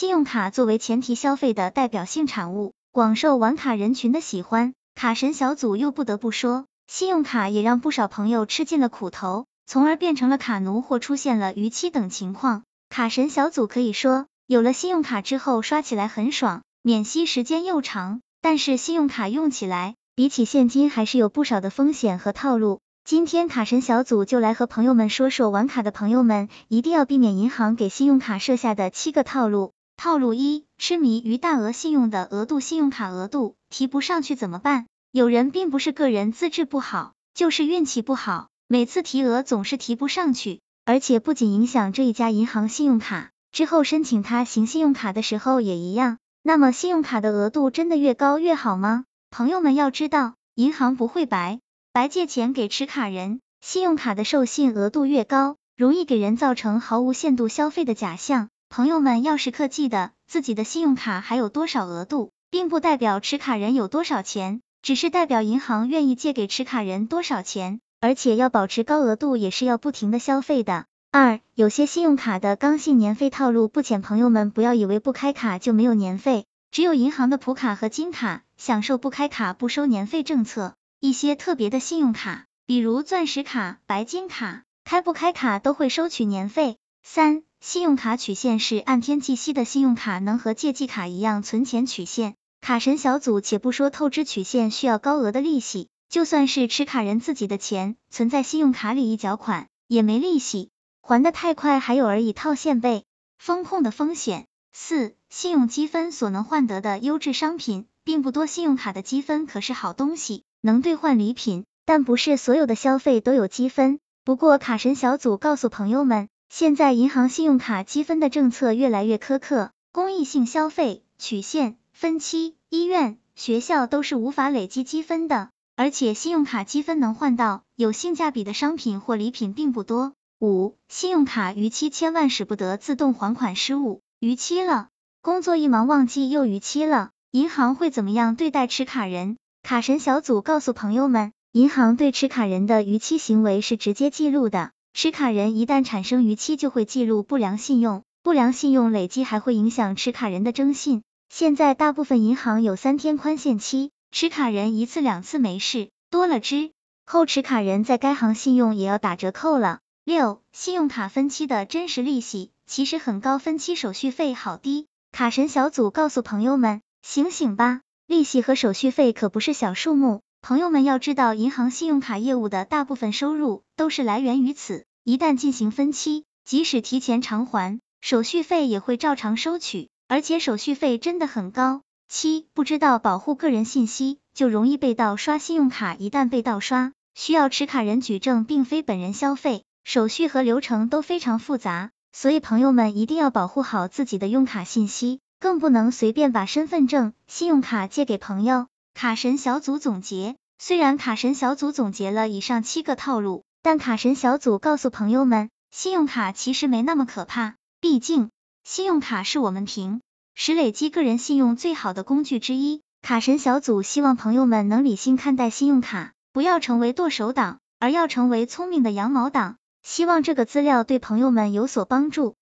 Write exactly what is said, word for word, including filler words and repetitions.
信用卡作为前提消费的代表性产物，广受玩卡人群的喜欢。卡神小组又不得不说，信用卡也让不少朋友吃尽了苦头，从而变成了卡奴或出现了逾期等情况。卡神小组可以说，有了信用卡之后刷起来很爽，免息时间又长，但是信用卡用起来，比起现金还是有不少的风险和套路。今天卡神小组就来和朋友们说说，玩卡的朋友们一定要避免银行给信用卡设下的七个套路。套路一，痴迷于大额信用的额度，信用卡额度提不上去怎么办？有人并不是个人资质不好，就是运气不好，每次提额总是提不上去，而且不仅影响这一家银行信用卡，之后申请他行信用卡的时候也一样。那么信用卡的额度真的越高越好吗？朋友们要知道，银行不会白白借钱给持卡人，信用卡的授信额度越高，容易给人造成毫无限度消费的假象。朋友们要时刻记得，自己的信用卡还有多少额度，并不代表持卡人有多少钱，只是代表银行愿意借给持卡人多少钱，而且要保持高额度也是要不停的消费的。二，有些信用卡的刚性年费套路不浅，朋友们不要以为不开卡就没有年费，只有银行的普卡和金卡享受不开卡不收年费政策，一些特别的信用卡，比如钻石卡、白金卡，开不开卡都会收取年费。三，信用卡取现是按天计息的，信用卡能和借记卡一样存钱取现。卡神小组且不说透支取现需要高额的利息，就算是持卡人自己的钱存在信用卡里一缴款也没利息，还得太快还有而已套现被风控的风险。四，信用积分所能换得的优质商品并不多，信用卡的积分可是好东西，能兑换礼品，但不是所有的消费都有积分。不过卡神小组告诉朋友们，现在银行信用卡积分的政策越来越苛刻，公益性消费、取现、分期、医院、学校都是无法累积积分的，而且信用卡积分能换到有性价比的商品或礼品并不多。五，信用卡逾期千万使不得自动还款失误，逾期了，工作一忙忘记又逾期了，银行会怎么样对待持卡人？卡神小组告诉朋友们，银行对持卡人的逾期行为是直接记录的，持卡人一旦产生逾期就会记录不良信用，不良信用累积还会影响持卡人的征信。现在大部分银行有三天宽限期，持卡人一次两次没事，多了之后持卡人在该行信用也要打折扣了。六，信用卡分期的真实利息其实很高，分期手续费好低。卡神小组告诉朋友们，醒醒吧，利息和手续费可不是小数目。朋友们要知道，银行信用卡业务的大部分收入都是来源于此，一旦进行分期，即使提前偿还，手续费也会照常收取，而且手续费真的很高。七，不知道保护个人信息，就容易被盗刷。信用卡一旦被盗刷，需要持卡人举证，并非本人消费，手续和流程都非常复杂，所以朋友们一定要保护好自己的用卡信息，更不能随便把身份证、信用卡借给朋友。卡神小组总结，虽然卡神小组总结了以上七个套路，但卡神小组告诉朋友们，信用卡其实没那么可怕，毕竟信用卡是我们平时累积个人信用最好的工具之一。卡神小组希望朋友们能理性看待信用卡，不要成为剁手党，而要成为聪明的羊毛党。希望这个资料对朋友们有所帮助。